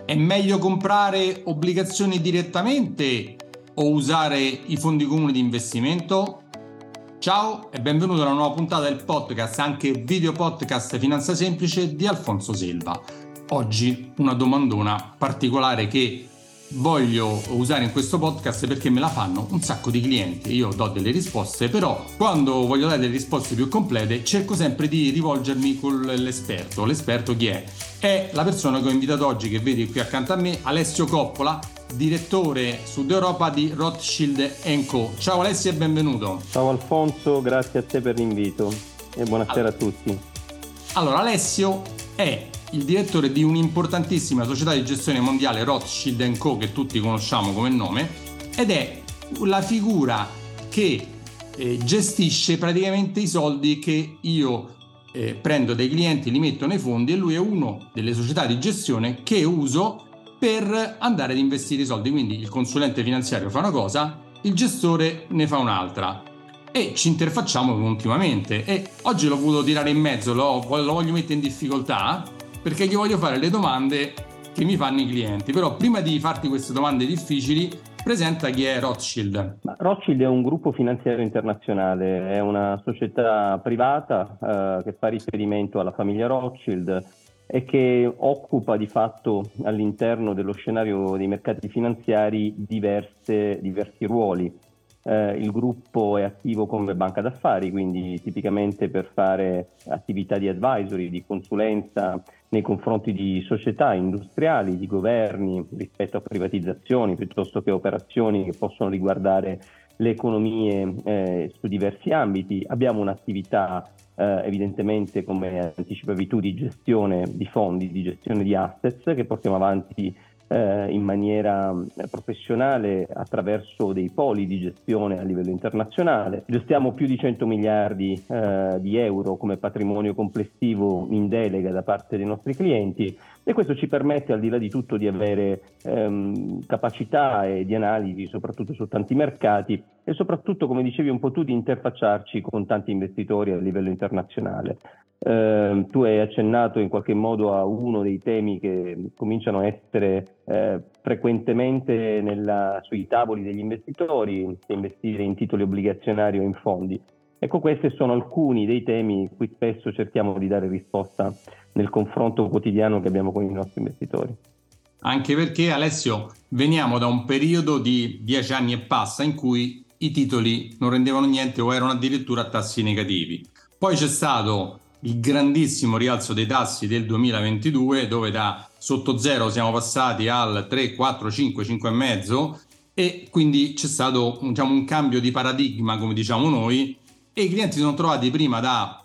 È meglio comprare obbligazioni direttamente o usare i fondi comuni di investimento? Ciao e benvenuto alla nuova puntata del podcast, anche video podcast Finanza Semplice di Alfonso Selva. Oggi una domandona particolare che voglio usare in questo podcast perché me la fanno un sacco di clienti. Io do delle risposte, però quando voglio dare delle risposte più complete cerco sempre di rivolgermi con l'esperto. L'esperto chi è? È la persona che ho invitato oggi, che vedi qui accanto a me, Alessio Coppola, direttore Sud Europa di Rothschild & Co. Ciao Alessio e benvenuto. Ciao Alfonso, grazie a te per l'invito e buonasera a tutti. Allora, Alessio è il direttore di un'importantissima società di gestione mondiale, Rothschild & Co, che tutti conosciamo come nome, ed è la figura che gestisce praticamente i soldi che io prendo dai clienti, li metto nei fondi, e lui è uno delle società di gestione che uso per andare ad investire i soldi. Quindi il consulente finanziario fa una cosa, il gestore ne fa un'altra e ci interfacciamo continuamente. E oggi l'ho voluto tirare in mezzo, lo voglio mettere in difficoltà perché gli voglio fare le domande che mi fanno i clienti. Però prima di farti queste domande difficili, presenta chi è Rothschild. Rothschild è un gruppo finanziario internazionale, è una società privata che fa riferimento alla famiglia Rothschild e che occupa di fatto all'interno dello scenario dei mercati finanziari diversi ruoli. Il gruppo è attivo come banca d'affari, quindi tipicamente per fare attività di advisory, di consulenza nei confronti di società industriali, di governi rispetto a privatizzazioni piuttosto che operazioni che possono riguardare le economie su diversi ambiti. Abbiamo un'attività evidentemente, come anticipavi tu, di gestione di fondi, di gestione di assets che portiamo avanti in maniera professionale attraverso dei poli di gestione a livello internazionale. Gestiamo più di 100 miliardi di euro come patrimonio complessivo in delega da parte dei nostri clienti, e questo ci permette, al di là di tutto, di avere capacità e di analisi soprattutto su tanti mercati e soprattutto, come dicevi un po' tu, di interfacciarci con tanti investitori a livello internazionale. Tu hai accennato in qualche modo a uno dei temi che cominciano a essere frequentemente sui tavoli degli investitori, se investire in titoli obbligazionari o in fondi. Ecco, questi sono alcuni dei temi cui spesso cerchiamo di dare risposta nel confronto quotidiano che abbiamo con i nostri investitori. Anche perché, Alessio, veniamo da un periodo di 10 anni e passa in cui i titoli non rendevano niente o erano addirittura a tassi negativi. Poi c'è stato il grandissimo rialzo dei tassi del 2022, dove da sotto zero siamo passati al 3, 4, 5, 5,5, e quindi c'è stato un cambio di paradigma, come diciamo noi, e i clienti si sono trovati prima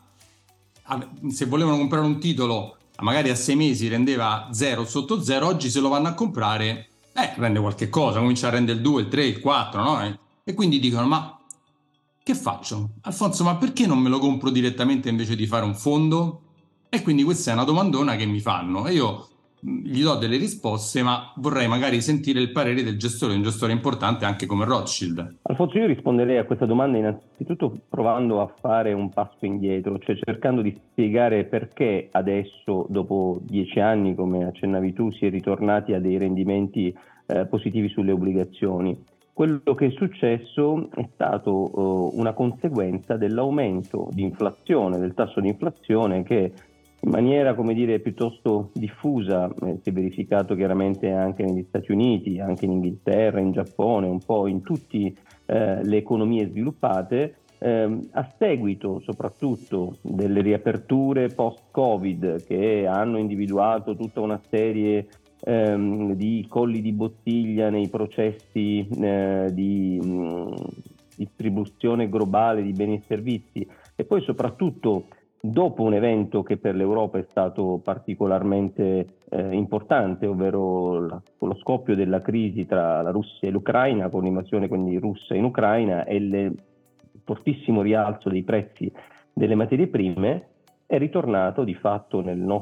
se volevano comprare un titolo magari a 6 mesi rendeva 0 sotto 0, oggi se lo vanno a comprare rende qualche cosa, comincia a rendere il 2, il 3, il 4, no? E quindi dicono: ma che faccio? Alfonso, ma perché non me lo compro direttamente invece di fare un fondo? E quindi questa è una domandona che mi fanno e io gli do delle risposte, ma vorrei magari sentire il parere del gestore, un gestore importante anche come Rothschild. Alfonso, io risponderei a questa domanda innanzitutto provando a fare un passo indietro, cioè cercando di spiegare perché adesso, dopo 10 anni, come accennavi tu, si è ritornati a dei rendimenti positivi sulle obbligazioni. Quello che è successo è stato una conseguenza dell'aumento di inflazione, del tasso di inflazione, che in maniera, come dire, piuttosto diffusa si è verificato chiaramente anche negli Stati Uniti, anche in Inghilterra, in Giappone, un po' in tutte le economie sviluppate, a seguito soprattutto delle riaperture post-Covid che hanno individuato tutta una serie di colli di bottiglia nei processi di distribuzione globale di beni e servizi, e poi soprattutto dopo un evento che per l'Europa è stato particolarmente importante, ovvero con lo scoppio della crisi tra la Russia e l'Ucraina, con l'invasione quindi russa in Ucraina e il fortissimo rialzo dei prezzi delle materie prime, è ritornato di fatto nella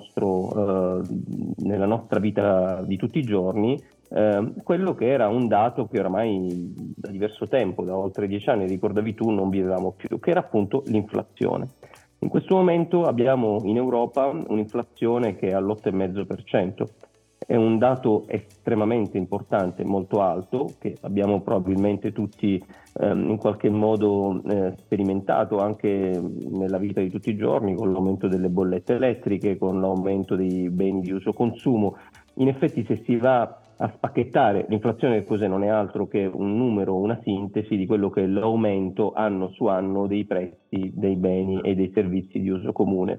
nostra vita di tutti i giorni quello che era un dato che oramai da diverso tempo, da oltre 10 anni, ricordavi tu, non vivevamo più, che era appunto l'inflazione. In questo momento abbiamo in Europa un'inflazione che è all'8,5%. È un dato estremamente importante, molto alto, che abbiamo probabilmente tutti in qualche modo sperimentato anche nella vita di tutti i giorni, con l'aumento delle bollette elettriche, con l'aumento dei beni di uso consumo. In effetti, se si va a spacchettare, l'inflazione che cos'è? Non è altro che un numero, una sintesi di quello che è l'aumento anno su anno dei prezzi dei beni e dei servizi di uso comune.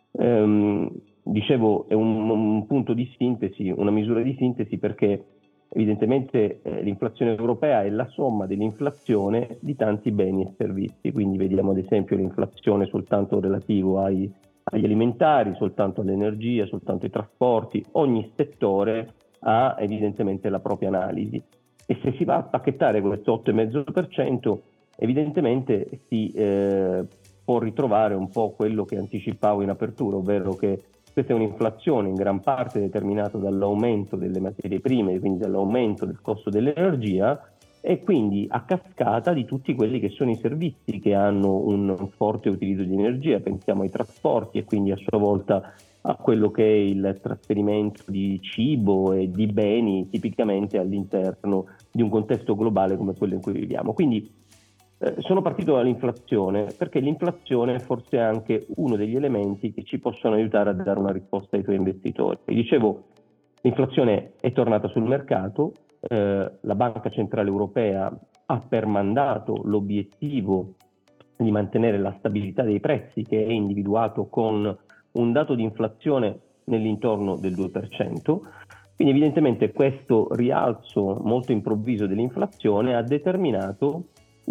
Dicevo, è un punto di sintesi, una misura di sintesi, perché evidentemente l'inflazione europea è la somma dell'inflazione di tanti beni e servizi, quindi vediamo ad esempio l'inflazione soltanto relativo agli alimentari, soltanto all'energia, soltanto ai trasporti. Ogni settore ha evidentemente la propria analisi, e se si va a pacchettare questo 8,5%, evidentemente si può ritrovare un po' quello che anticipavo in apertura, ovvero che questa è un'inflazione in gran parte determinata dall'aumento delle materie prime, quindi dall'aumento del costo dell'energia, e quindi a cascata di tutti quelli che sono i servizi che hanno un forte utilizzo di energia. Pensiamo ai trasporti e quindi a sua volta a quello che è il trasferimento di cibo e di beni tipicamente all'interno di un contesto globale come quello in cui viviamo. Quindi sono partito dall'inflazione perché l'inflazione forse è anche uno degli elementi che ci possono aiutare a dare una risposta ai tuoi investitori. Dicevo, l'inflazione è tornata sul mercato, la Banca Centrale Europea ha permandato l'obiettivo di mantenere la stabilità dei prezzi, che è individuato con un dato di inflazione nell'intorno del 2%. Quindi evidentemente questo rialzo molto improvviso dell'inflazione ha determinato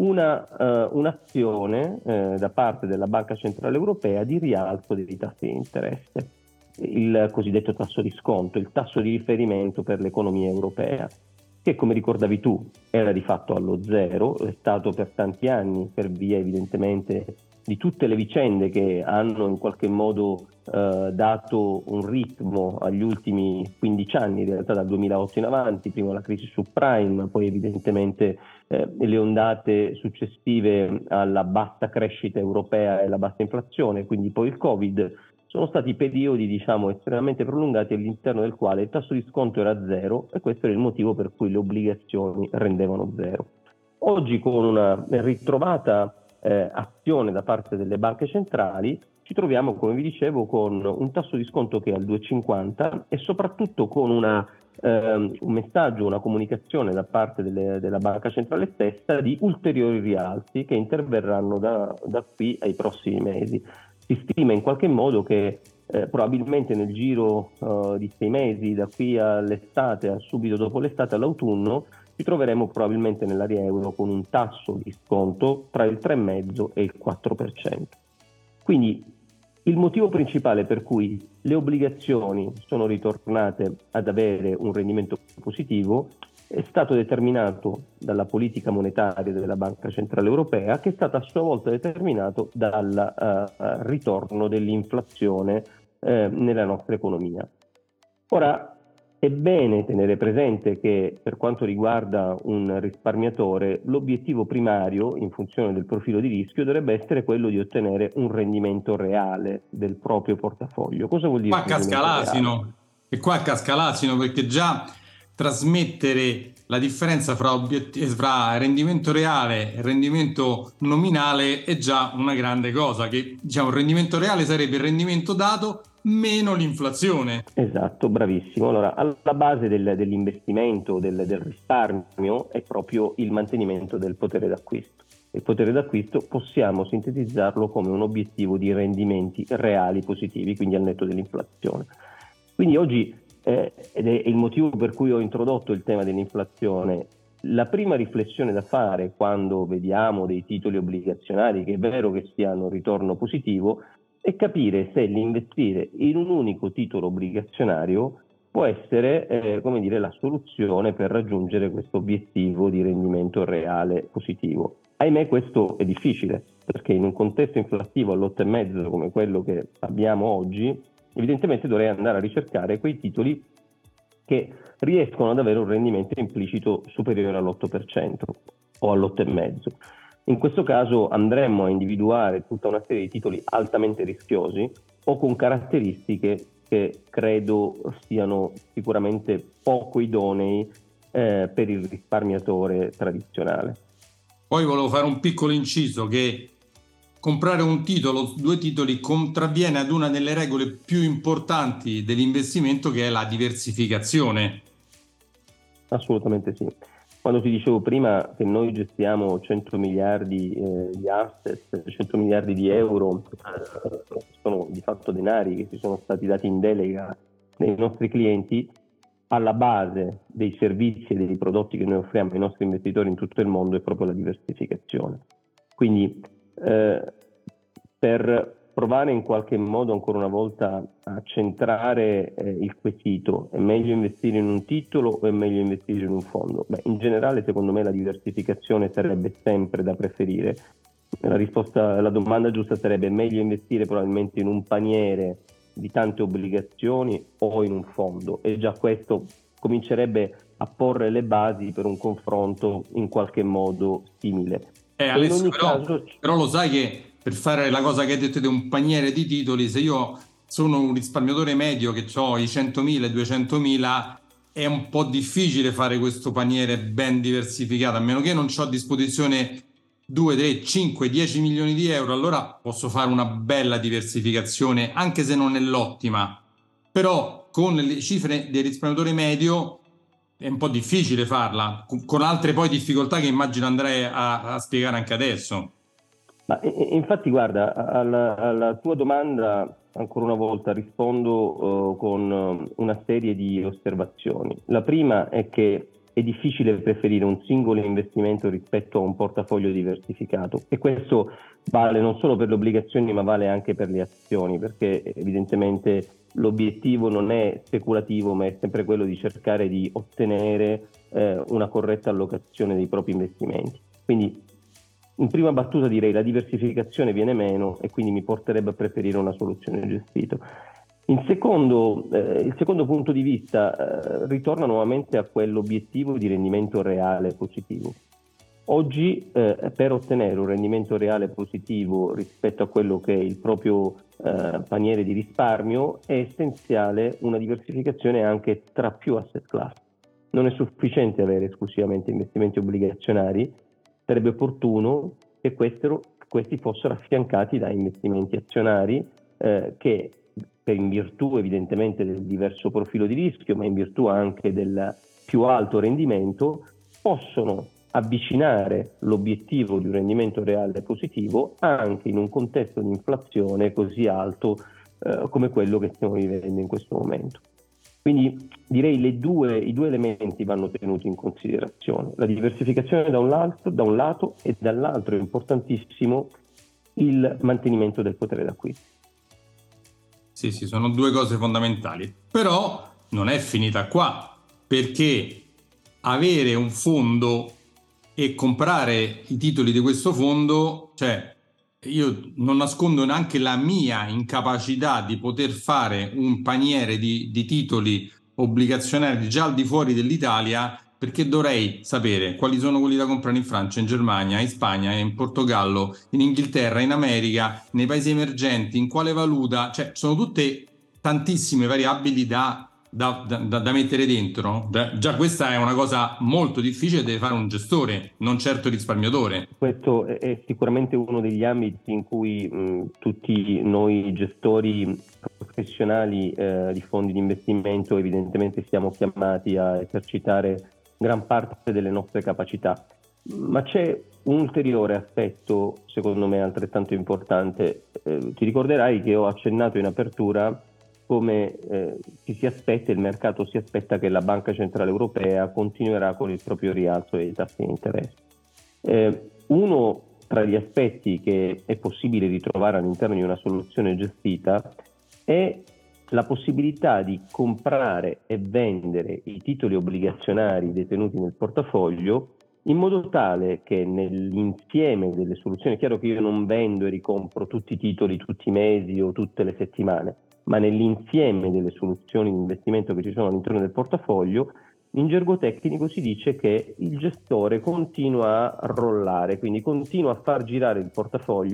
un'azione da parte della Banca Centrale Europea di rialzo dei tassi di interesse, il cosiddetto tasso di sconto, il tasso di riferimento per l'economia europea, che, come ricordavi tu, era di fatto allo zero, è stato per tanti anni, per via evidentemente di tutte le vicende che hanno in qualche modo dato un ritmo agli ultimi 15 anni, in realtà dal 2008 in avanti, prima la crisi subprime, poi evidentemente le ondate successive alla bassa crescita europea e la bassa inflazione, quindi poi il Covid. Sono stati periodi, diciamo, estremamente prolungati, all'interno del quale il tasso di sconto era zero, e questo era il motivo per cui le obbligazioni rendevano zero. Oggi, con una ritrovata azione da parte delle banche centrali, ci troviamo, come vi dicevo, con un tasso di sconto che è al 2,50 e soprattutto con un messaggio, una comunicazione da parte della banca centrale stessa di ulteriori rialzi che interverranno da qui ai prossimi mesi. Si stima in qualche modo che probabilmente nel giro di 6 mesi, da qui all'estate, subito dopo l'estate, all'autunno, ci troveremo probabilmente nell'area euro con un tasso di sconto tra il 3,5% e il 4%. Quindi il motivo principale per cui le obbligazioni sono ritornate ad avere un rendimento positivo è stato determinato dalla politica monetaria della Banca Centrale Europea, che è stata a sua volta determinato dal ritorno dell'inflazione nella nostra economia. Ora, è bene tenere presente che, per quanto riguarda un risparmiatore, l'obiettivo primario, in funzione del profilo di rischio, dovrebbe essere quello di ottenere un rendimento reale del proprio portafoglio. Cosa vuol dire rendimento reale? E qua casca l'asino, perché già trasmettere la differenza fra rendimento reale e rendimento nominale è già una grande cosa, che diciamo il rendimento reale sarebbe il rendimento dato meno l'inflazione. Esatto, bravissimo. Allora, alla base dell'investimento, del risparmio, è proprio il mantenimento del potere d'acquisto. Il potere d'acquisto possiamo sintetizzarlo come un obiettivo di rendimenti reali positivi, quindi al netto dell'inflazione. Quindi oggi, ed è il motivo per cui ho introdotto il tema dell'inflazione, la prima riflessione da fare quando vediamo dei titoli obbligazionari che è vero che siano ritorno positivo è capire se l'investire in un unico titolo obbligazionario può essere la soluzione per raggiungere questo obiettivo di rendimento reale positivo. Ahimè, questo è difficile, perché in un contesto inflattivo all'8,5 come quello che abbiamo oggi, evidentemente dovrei andare a ricercare quei titoli che riescono ad avere un rendimento implicito superiore all'8% o all'8,5%. In questo caso andremmo a individuare tutta una serie di titoli altamente rischiosi o con caratteristiche che credo siano sicuramente poco idonei per il risparmiatore tradizionale. Poi volevo fare un piccolo inciso che comprare un titolo, due titoli, contravviene ad una delle regole più importanti dell'investimento, che è la diversificazione. Assolutamente sì. Quando ti dicevo prima che noi gestiamo 100 miliardi di asset, 100 miliardi di euro, sono di fatto denari che ci sono stati dati in delega dai nostri clienti, alla base dei servizi e dei prodotti che noi offriamo ai nostri investitori in tutto il mondo è proprio la diversificazione. Quindi per provare in qualche modo ancora una volta a centrare il quesito, è meglio investire in un titolo o è meglio investire in un fondo? Beh, in generale secondo me la diversificazione sarebbe sempre da preferire. La domanda giusta sarebbe: è meglio investire probabilmente in un paniere di tante obbligazioni o in un fondo? E già questo comincerebbe a porre le basi per un confronto in qualche modo simile. Alessio, in ogni caso... però lo sai che per fare la cosa che hai detto di un paniere di titoli, se io sono un risparmiatore medio che ho i 100.000 e 200.000, è un po' difficile fare questo paniere ben diversificato, a meno che non ho a disposizione 2, 3, 5, 10 milioni di euro, allora posso fare una bella diversificazione, anche se non è l'ottima. Però con le cifre del risparmiatore medio è un po' difficile farla, con altre poi difficoltà che immagino andrei a spiegare anche adesso. Ma infatti, guarda, alla tua domanda ancora una volta rispondo con una serie di osservazioni. La prima è che è difficile preferire un singolo investimento rispetto a un portafoglio diversificato, e questo vale non solo per le obbligazioni ma vale anche per le azioni, perché evidentemente l'obiettivo non è speculativo ma è sempre quello di cercare di ottenere una corretta allocazione dei propri investimenti. Quindi in prima battuta direi la diversificazione viene meno e quindi mi porterebbe a preferire una soluzione gestita. Il secondo punto di vista ritorna nuovamente a quell'obiettivo di rendimento reale positivo. Oggi per ottenere un rendimento reale positivo rispetto a quello che è il proprio paniere di risparmio è essenziale una diversificazione anche tra più asset class. Non è sufficiente avere esclusivamente investimenti obbligazionari, sarebbe opportuno che questi fossero affiancati da investimenti azionari che, in virtù evidentemente del diverso profilo di rischio, ma in virtù anche del più alto rendimento, possono avvicinare l'obiettivo di un rendimento reale positivo anche in un contesto di inflazione così alto come quello che stiamo vivendo in questo momento. Quindi direi i due elementi vanno tenuti in considerazione: la diversificazione da un lato e dall'altro è importantissimo il mantenimento del potere d'acquisto. Sì, sono due cose fondamentali, però non è finita qua, perché avere un fondo e comprare i titoli di questo fondo, cioè io non nascondo neanche la mia incapacità di poter fare un paniere di titoli obbligazionari già al di fuori dell'Italia, perché dovrei sapere quali sono quelli da comprare in Francia, in Germania, in Spagna, in Portogallo, in Inghilterra, in America, nei paesi emergenti, in quale valuta, cioè sono tutte tantissime variabili da mettere dentro. Già questa è una cosa molto difficile, deve fare un gestore, non certo il risparmiatore. Questo è sicuramente uno degli ambiti in cui tutti noi gestori professionali di fondi di investimento evidentemente siamo chiamati a esercitare gran parte delle nostre capacità. Ma c'è un ulteriore aspetto, secondo me, altrettanto importante. Ti ricorderai che ho accennato in apertura come il mercato si aspetta che la Banca Centrale Europea continuerà con il proprio rialzo dei tassi di interesse. Uno tra gli aspetti che è possibile ritrovare all'interno di una soluzione gestita è la possibilità di comprare e vendere i titoli obbligazionari detenuti nel portafoglio in modo tale che nell'insieme delle soluzioni, è chiaro che io non vendo e ricompro tutti i titoli tutti i mesi o tutte le settimane, ma nell'insieme delle soluzioni di investimento che ci sono all'interno del portafoglio, in gergo tecnico si dice che il gestore continua a rollare, quindi continua a far girare il portafoglio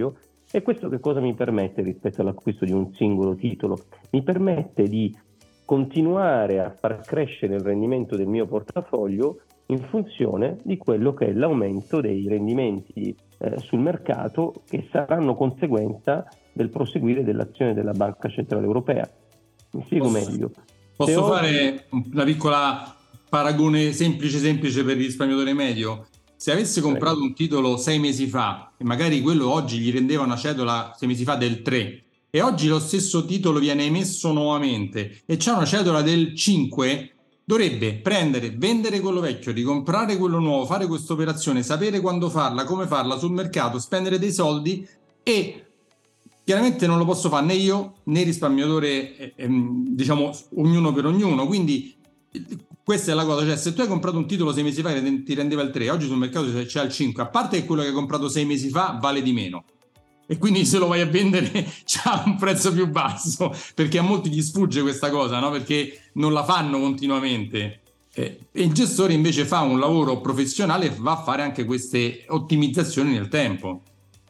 E questo che cosa mi permette rispetto all'acquisto di un singolo titolo? Mi permette di continuare a far crescere il rendimento del mio portafoglio in funzione di quello che è l'aumento dei rendimenti sul mercato, che saranno conseguenza del proseguire dell'azione della Banca Centrale Europea. Mi spiego meglio. Posso fare una piccola paragone semplice per il risparmiatore medio? Se avesse comprato un titolo 6 mesi fa e magari quello oggi gli rendeva una cedola 6 mesi fa del 3 e oggi lo stesso titolo viene emesso nuovamente e c'è una cedola del 5, dovrebbe prendere, vendere quello vecchio, ricomprare quello nuovo, fare questa operazione, sapere quando farla, come farla sul mercato, spendere dei soldi e chiaramente non lo posso fare né io né il risparmiatore, diciamo ognuno per ognuno. Quindi questa è la cosa, cioè se tu hai comprato un titolo 6 mesi fa e ti rendeva il 3, oggi sul mercato c'è il 5, a parte che quello che hai comprato 6 mesi fa vale di meno e quindi se lo vai a vendere c'ha un prezzo più basso, perché a molti gli sfugge questa cosa, no? Perché non la fanno continuamente. E il gestore invece fa un lavoro professionale e va a fare anche queste ottimizzazioni nel tempo.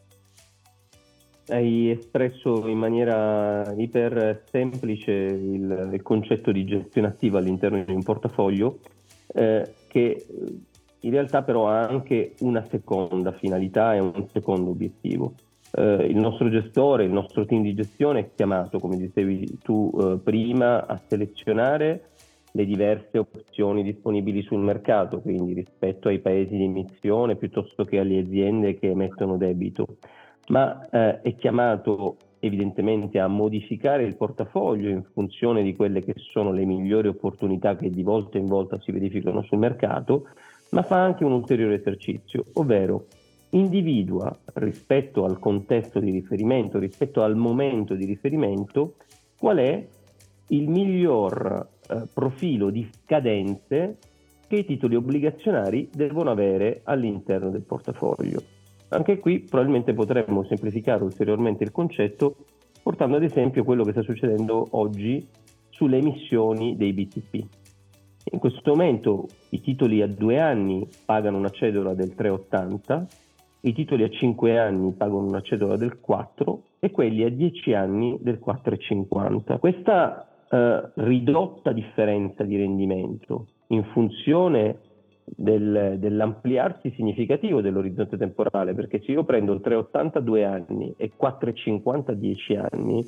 Hai espresso in maniera iper semplice il concetto di gestione attiva all'interno di un portafoglio, che in realtà però ha anche una seconda finalità e un secondo obiettivo. Il nostro gestore, il nostro team di gestione è chiamato, come dicevi tu prima, a selezionare le diverse opzioni disponibili sul mercato, quindi rispetto ai paesi di emissione piuttosto che alle aziende che emettono debito, ma è chiamato evidentemente a modificare il portafoglio in funzione di quelle che sono le migliori opportunità che di volta in volta si verificano sul mercato, ma fa anche un ulteriore esercizio, ovvero individua rispetto al contesto di riferimento, rispetto al momento di riferimento, qual è il miglior profilo di scadenze che i titoli obbligazionari devono avere all'interno del portafoglio. Anche qui probabilmente potremmo semplificare ulteriormente il concetto portando ad esempio quello che sta succedendo oggi sulle emissioni dei BTP. In questo momento i titoli a 2 anni pagano una cedola del 3,80, i titoli a 5 anni pagano una cedola del 4 e quelli a 10 anni del 4,50. Questa ridotta differenza di rendimento in funzione dell'ampliarsi significativo dell'orizzonte temporale, perché se io prendo il 3,80 2 anni e 4,50 10 anni,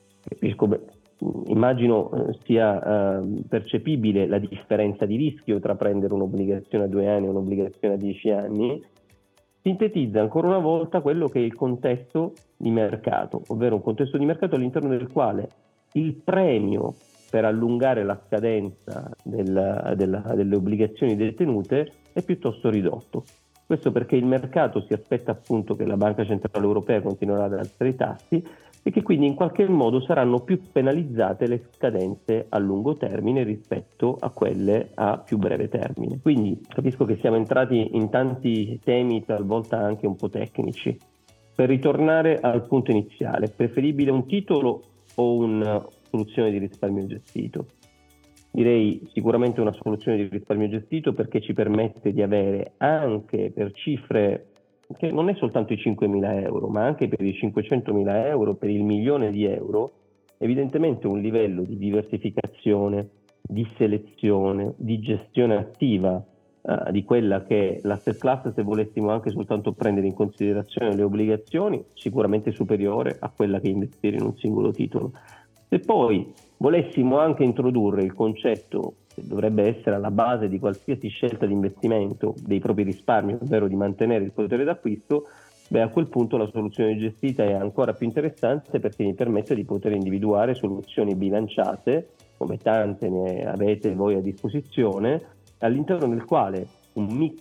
immagino sia percepibile la differenza di rischio tra prendere un'obbligazione a 2 anni e un'obbligazione a 10 anni, sintetizza ancora una volta quello che è il contesto di mercato, ovvero un contesto di mercato all'interno del quale il premio per allungare la scadenza delle obbligazioni detenute è piuttosto ridotto. Questo perché il mercato si aspetta appunto che la Banca Centrale Europea continuerà ad alzare i tassi e che quindi in qualche modo saranno più penalizzate le scadenze a lungo termine rispetto a quelle a più breve termine. Quindi capisco che siamo entrati in tanti temi talvolta anche un po' tecnici. Per ritornare al punto iniziale, è preferibile un titolo o una soluzione di risparmio gestito? Direi sicuramente una soluzione di risparmio gestito, perché ci permette di avere anche per cifre che non è soltanto i 5.000 euro, ma anche per i 500.000 euro, per il 1.000.000 di euro, evidentemente un livello di diversificazione, di selezione, di gestione attiva di quella che è l'asset class, se volessimo anche soltanto prendere in considerazione le obbligazioni, sicuramente superiore a quella che investire in un singolo titolo. Se poi volessimo anche introdurre il concetto che dovrebbe essere alla base di qualsiasi scelta di investimento dei propri risparmi, ovvero di mantenere il potere d'acquisto, a quel punto la soluzione gestita è ancora più interessante, perché mi permette di poter individuare soluzioni bilanciate, come tante ne avete voi a disposizione, all'interno del quale un mix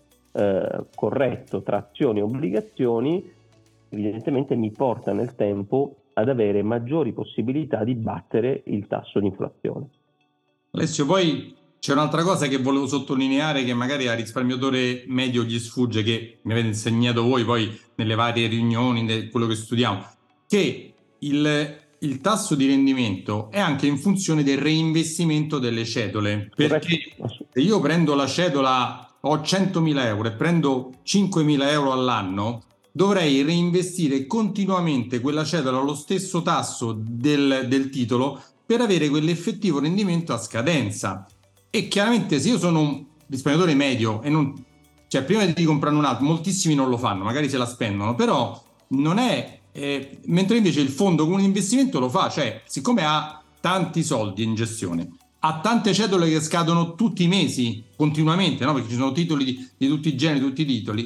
corretto tra azioni e obbligazioni evidentemente mi porta nel tempo ad avere maggiori possibilità di battere il tasso di inflazione. Alessio, poi c'è un'altra cosa che volevo sottolineare, che magari al risparmiatore medio gli sfugge, che mi avete insegnato voi poi nelle varie riunioni, quello che studiamo, che il tasso di rendimento è anche in funzione del reinvestimento delle cedole, perché se io prendo la cedola, ho 100.000 euro e prendo 5.000 euro all'anno, dovrei reinvestire continuamente quella cedola allo stesso tasso del titolo per avere quell'effettivo rendimento a scadenza. E chiaramente se io sono un risparmiatore medio e non, cioè prima di comprare un altro, moltissimi non lo fanno, magari se la spendono, però non è, mentre invece il fondo comune di investimento lo fa, cioè siccome ha tanti soldi in gestione, ha tante cedole che scadono tutti i mesi continuamente, no? Perché ci sono titoli di tutti i generi, tutti i titoli,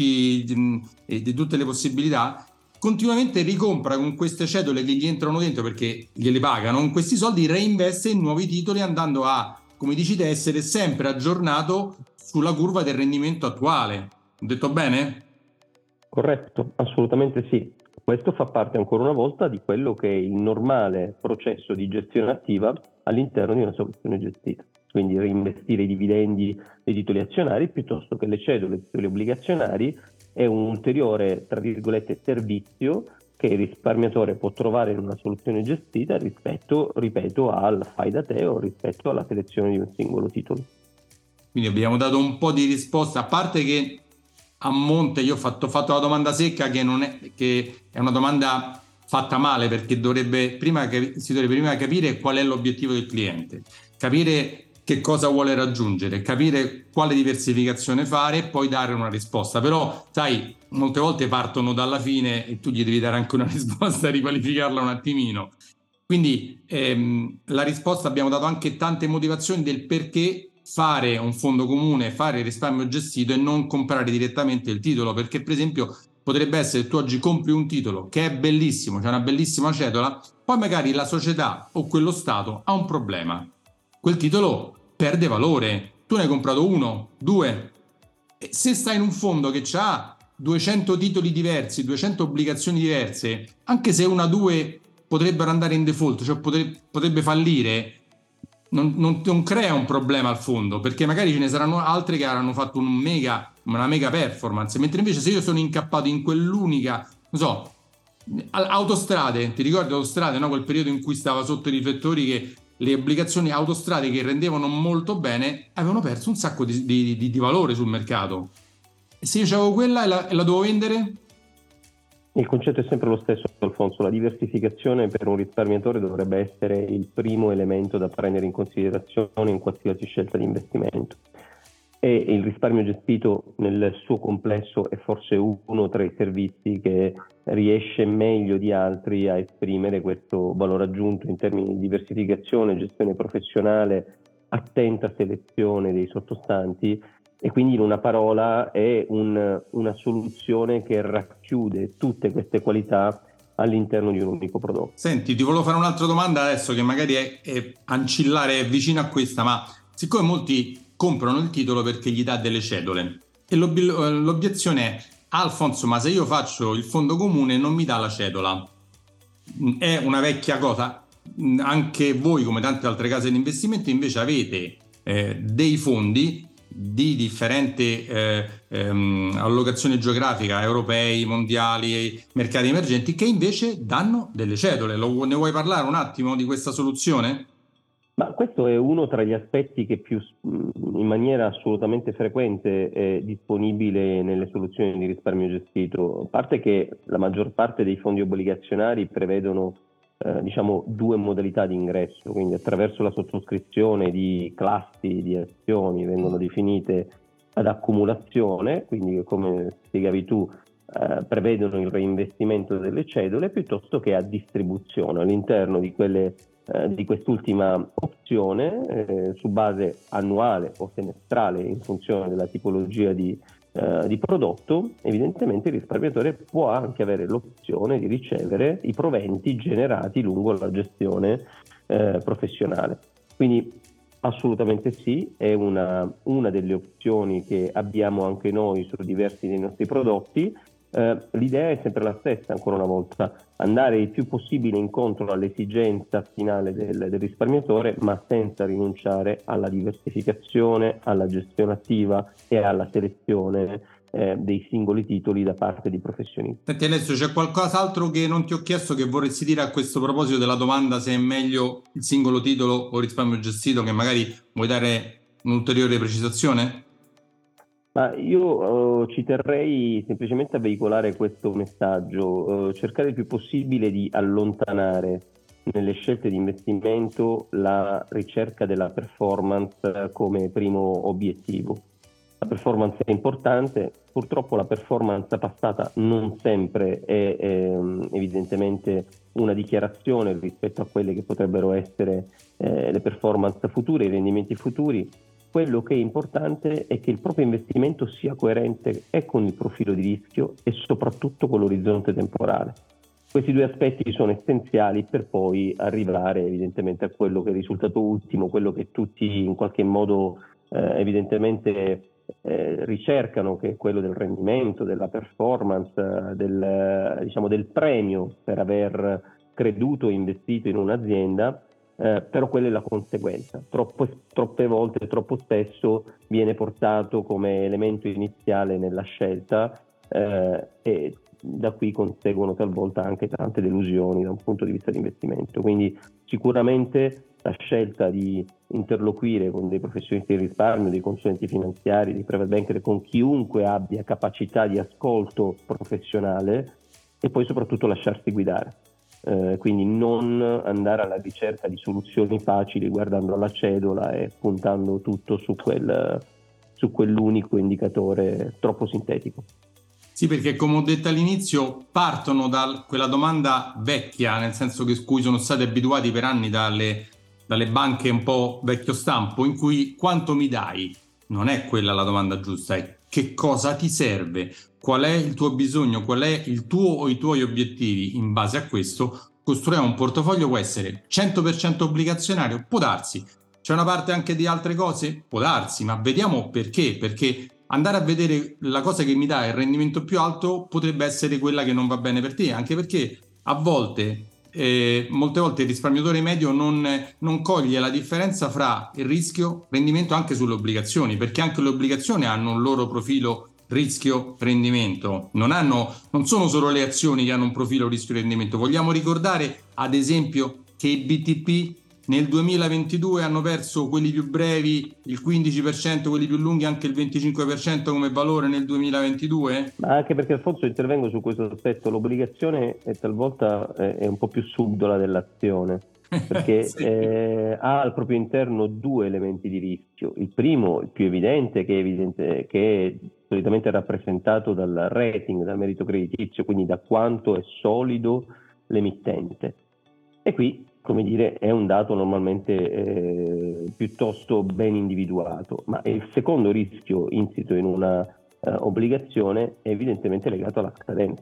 di tutte le possibilità, continuamente ricompra con queste cedole che gli entrano dentro perché gliele pagano, con questi soldi reinveste in nuovi titoli andando a, come dici te, essere sempre aggiornato sulla curva del rendimento attuale. Ho detto bene? Corretto, assolutamente sì. Questo fa parte ancora una volta di quello che è il normale processo di gestione attiva all'interno di una soluzione gestita. Quindi reinvestire i dividendi dei titoli azionari piuttosto che le cedole, i titoli obbligazionari è un ulteriore, tra virgolette, servizio che il risparmiatore può trovare in una soluzione gestita rispetto, ripeto, al fai da te o rispetto alla selezione di un singolo titolo. Quindi abbiamo dato un po' di risposta, a parte che a monte io ho fatto la domanda secca che è una domanda fatta male perché si dovrebbe prima capire qual è l'obiettivo del cliente, capire che cosa vuole raggiungere, capire quale diversificazione fare e poi dare una risposta. Però, sai, molte volte partono dalla fine e tu gli devi dare anche una risposta, riqualificarla un attimino. Quindi la risposta, abbiamo dato anche tante motivazioni del perché fare un fondo comune, fare il risparmio gestito e non comprare direttamente il titolo, perché per esempio potrebbe essere che tu oggi compri un titolo che è bellissimo, c'è una bellissima cedola, poi magari la società o quello stato ha un problema, quel titolo perde valore, tu ne hai comprato uno, due, e se stai in un fondo che ha 200 titoli diversi, 200 obbligazioni diverse, anche se una o due potrebbero andare in default, cioè potrebbe fallire, non crea un problema al fondo, perché magari ce ne saranno altre che avranno fatto una mega performance, mentre invece se io sono incappato in quell'unica, non so, autostrade, ti ricordi autostrade, no? Quel periodo in cui stava sotto i riflettori che le obbligazioni autostrade che rendevano molto bene avevano perso un sacco di valore sul mercato. E se io avevo quella e la dovevo vendere? Il concetto è sempre lo stesso, Alfonso. La diversificazione per un risparmiatore dovrebbe essere il primo elemento da prendere in considerazione in qualsiasi scelta di investimento. E il risparmio gestito nel suo complesso è forse uno tra i servizi che riesce meglio di altri a esprimere questo valore aggiunto in termini di diversificazione, gestione professionale, attenta selezione dei sottostanti. E quindi in una parola è una soluzione che racchiude tutte queste qualità all'interno di un unico prodotto. Senti, ti volevo fare un'altra domanda adesso che magari è ancillare, è vicino a questa, ma siccome molti comprano il titolo perché gli dà delle cedole e l'obiezione è: Alfonso, ma se io faccio il fondo comune non mi dà la cedola. È una vecchia cosa. Anche voi, come tante altre case di investimento, invece avete dei fondi di differente allocazione geografica, europei, mondiali, mercati emergenti, che invece danno delle cedole. Ne vuoi parlare un attimo di questa soluzione? Ma questo è uno tra gli aspetti che in maniera assolutamente frequente è disponibile nelle soluzioni di risparmio gestito. A parte che la maggior parte dei fondi obbligazionari prevedono due modalità di ingresso, quindi attraverso la sottoscrizione di classi di azioni vengono definite ad accumulazione, quindi come spiegavi tu prevedono il reinvestimento delle cedole, piuttosto che a distribuzione all'interno di quest'ultima opzione su base annuale o semestrale in funzione della tipologia di prodotto. Evidentemente il risparmiatore può anche avere l'opzione di ricevere i proventi generati lungo la gestione professionale. Quindi assolutamente sì, è una delle opzioni che abbiamo anche noi su diversi dei nostri prodotti. L'idea è sempre la stessa, ancora una volta, andare il più possibile incontro all'esigenza finale del risparmiatore, ma senza rinunciare alla diversificazione, alla gestione attiva e alla selezione dei singoli titoli da parte di professionisti. Senti Alessio, c'è qualcos'altro che non ti ho chiesto che vorresti dire a questo proposito della domanda se è meglio il singolo titolo o risparmio gestito, che magari vuoi dare un'ulteriore precisazione? Ma io ci terrei semplicemente a veicolare questo messaggio, cercare il più possibile di allontanare nelle scelte di investimento la ricerca della performance come primo obiettivo. La performance è importante, purtroppo la performance passata non sempre è evidentemente una dichiarazione rispetto a quelle che potrebbero essere le performance future, i rendimenti futuri. Quello che è importante è che il proprio investimento sia coerente e con il profilo di rischio e soprattutto con l'orizzonte temporale. Questi due aspetti sono essenziali per poi arrivare evidentemente a quello che è il risultato ultimo, quello che tutti in qualche modo evidentemente ricercano, che è quello del rendimento, della performance, diciamo, del premio per aver creduto e investito in un'azienda. Però quella è la conseguenza. Troppe volte, troppo spesso viene portato come elemento iniziale nella scelta e da qui conseguono talvolta anche tante delusioni da un punto di vista di investimento. Quindi sicuramente la scelta di interloquire con dei professionisti di risparmio, dei consulenti finanziari, dei private banker, con chiunque abbia capacità di ascolto professionale e poi soprattutto lasciarsi guidare. Quindi non andare alla ricerca di soluzioni facili guardando alla cedola e puntando tutto su quell'unico indicatore troppo sintetico. Sì, perché come ho detto all'inizio, partono da quella domanda vecchia, nel senso che cui sono stati abituati per anni dalle banche un po' vecchio stampo, in cui quanto mi dai? Non è quella la domanda giusta, è che cosa ti serve? Qual è il tuo bisogno? Qual è il tuo o i tuoi obiettivi? In base a questo costruiamo un portafoglio, può essere 100% obbligazionario, può darsi. C'è una parte anche di altre cose? Può darsi, ma vediamo perché. Perché andare a vedere la cosa che mi dà il rendimento più alto potrebbe essere quella che non va bene per te, anche perché a volte, molte volte il risparmiatore medio non coglie la differenza fra il rischio e rendimento anche sulle obbligazioni, perché anche le obbligazioni hanno un loro profilo rischio-rendimento, non sono solo le azioni che hanno un profilo rischio-rendimento. Vogliamo ricordare, ad esempio, che i BTP nel 2022 hanno perso quelli più brevi il 15%, quelli più lunghi anche il 25% come valore nel 2022? Ma anche perché, Alfonso, intervengo su questo aspetto, l'obbligazione talvolta è un po' più subdola dell'azione, perché Sì. ha al proprio interno due elementi di rischio. Il primo, il più evidente, che è solitamente rappresentato dal rating, dal merito creditizio, quindi da quanto è solido l'emittente. E qui, come dire, è un dato normalmente piuttosto ben individuato, ma il secondo rischio insito in una obbligazione è evidentemente legato alla scadenza.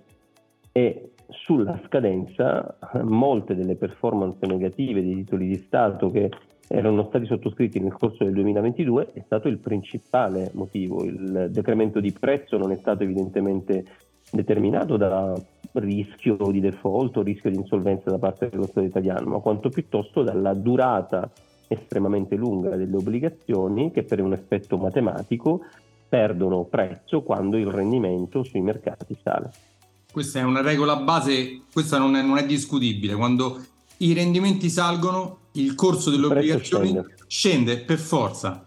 E sulla scadenza molte delle performance negative dei titoli di Stato che erano stati sottoscritti nel corso del 2022 è stato il principale motivo. Il decremento di prezzo non è stato evidentemente determinato da rischio di default o rischio di insolvenza da parte dello Stato italiano, ma quanto piuttosto dalla durata estremamente lunga delle obbligazioni che per un effetto matematico perdono prezzo quando il rendimento sui mercati sale. Questa è una regola base, questa non è discutibile. Quando i rendimenti salgono, il corso delle obbligazioni scende per forza.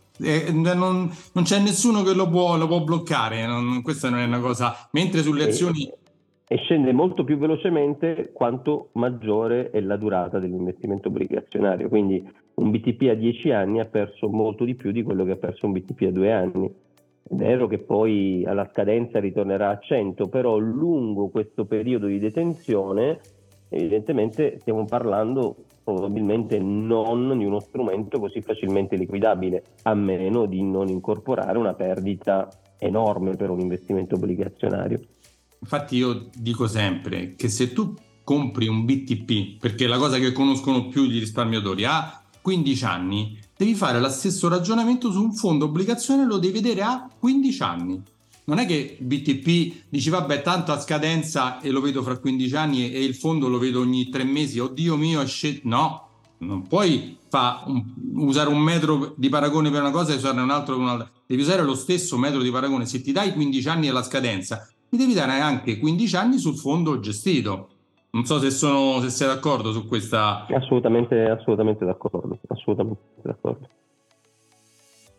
Non c'è nessuno che lo può bloccare, questa non è una cosa. Mentre sulle azioni. E scende molto più velocemente quanto maggiore è la durata dell'investimento obbligazionario. Quindi un BTP a 10 anni ha perso molto di più di quello che ha perso un BTP a 2 anni. È vero che poi alla scadenza ritornerà a 100, però lungo questo periodo di detenzione evidentemente stiamo parlando probabilmente non di uno strumento così facilmente liquidabile, a meno di non incorporare una perdita enorme per un investimento obbligazionario. Infatti io dico sempre che se tu compri un BTP, perché la cosa che conoscono più gli risparmiatori, a 15 anni, devi fare lo stesso ragionamento su un fondo obbligazione, lo devi vedere a 15 anni. Non è che il BTP dici vabbè tanto a scadenza e lo vedo fra 15 anni e il fondo lo vedo ogni 3 mesi, oddio mio è no, non puoi usare un metro di paragone per una cosa e usarne un altro per un'altra, devi usare lo stesso metro di paragone. Se ti dai 15 anni alla scadenza, mi devi dare anche 15 anni sul fondo gestito. Non so se sei d'accordo su questa. Assolutamente d'accordo, assolutamente d'accordo.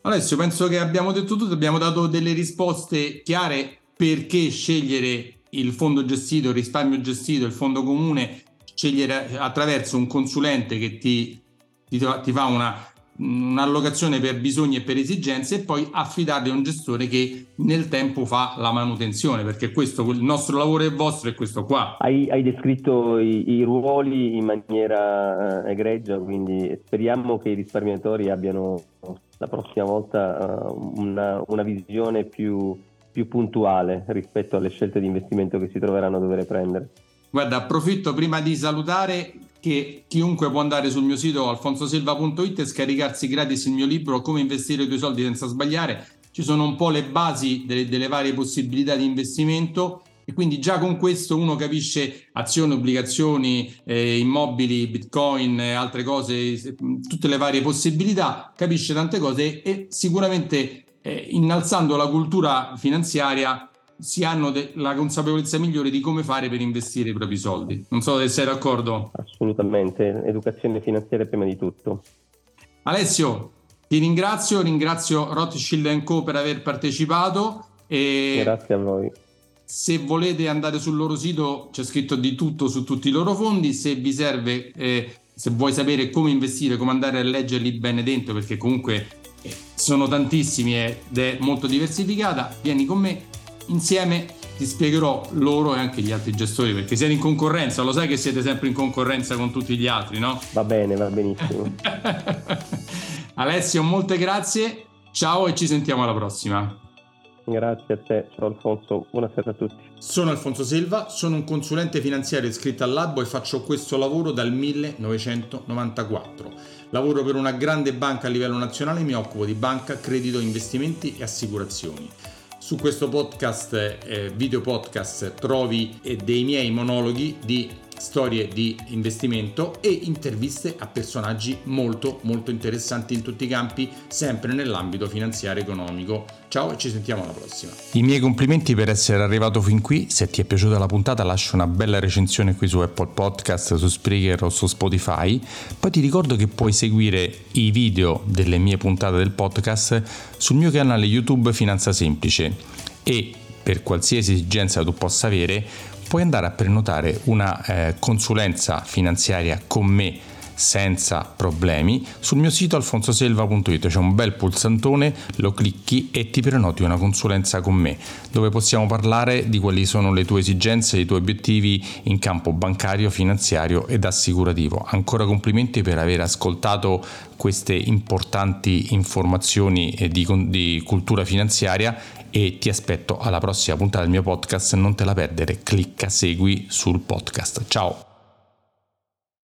Alessio, penso che abbiamo detto tutto, abbiamo dato delle risposte chiare perché scegliere il fondo gestito, il risparmio gestito, il fondo comune, scegliere attraverso un consulente che ti fa un'allocazione per bisogni e per esigenze e poi affidarli a un gestore che nel tempo fa la manutenzione, perché questo, il nostro lavoro e il vostro è questo qua. Hai descritto i ruoli in maniera egregia, quindi speriamo che i risparmiatori abbiano la prossima volta una visione più puntuale rispetto alle scelte di investimento che si troveranno a dover prendere. Guarda, approfitto prima di salutare che chiunque può andare sul mio sito alfonsosilva.it e scaricarsi gratis il mio libro Come investire i tuoi soldi senza sbagliare. Ci sono un po' le basi delle varie possibilità di investimento e quindi già con questo uno capisce azioni, obbligazioni, immobili, bitcoin, altre cose, tutte le varie possibilità, capisce tante cose e sicuramente innalzando la cultura finanziaria si hanno la consapevolezza migliore di come fare per investire i propri soldi. Non so se sei d'accordo. Assolutamente, educazione finanziaria prima di tutto. Alessio, ti ringrazio Rothschild & Co per aver partecipato. Grazie a voi. Se volete andare sul loro sito c'è scritto di tutto su tutti i loro fondi, se vi serve, se vuoi sapere come investire, come andare a leggerli bene dentro, perché comunque sono tantissimi ed è molto diversificata, vieni con me. Insieme ti spiegherò loro e anche gli altri gestori, perché siete in concorrenza, lo sai che siete sempre in concorrenza con tutti gli altri, no? Va bene, va benissimo. Alessio, molte grazie, ciao e ci sentiamo alla prossima. Grazie a te, ciao Alfonso, buonasera a tutti. Sono Alfonso Silva, sono un consulente finanziario iscritto all'albo e faccio questo lavoro dal 1994. Lavoro per una grande banca a livello nazionale e mi occupo di banca, credito, investimenti e assicurazioni. Su questo podcast, video podcast, trovi dei miei monologhi di storie di investimento e interviste a personaggi molto molto interessanti in tutti i campi, sempre nell'ambito finanziario economico. Ciao e ci sentiamo alla prossima. I miei complimenti per essere arrivato fin qui. Se ti è piaciuta la puntata lascia una bella recensione qui su Apple Podcast, su Spreaker o su Spotify. Poi ti ricordo che puoi seguire i video delle mie puntate del podcast sul mio canale YouTube Finanza Semplice e per qualsiasi esigenza tu possa avere puoi andare a prenotare una consulenza finanziaria con me senza problemi sul mio sito alfonsoselva.it. C'è un bel pulsantone, lo clicchi e ti prenoti una consulenza con me dove possiamo parlare di quali sono le tue esigenze, i tuoi obiettivi in campo bancario, finanziario ed assicurativo. Ancora complimenti per aver ascoltato queste importanti informazioni di cultura finanziaria e ti aspetto alla prossima puntata del mio podcast. Non te la perdere, clicca segui sul podcast. Ciao!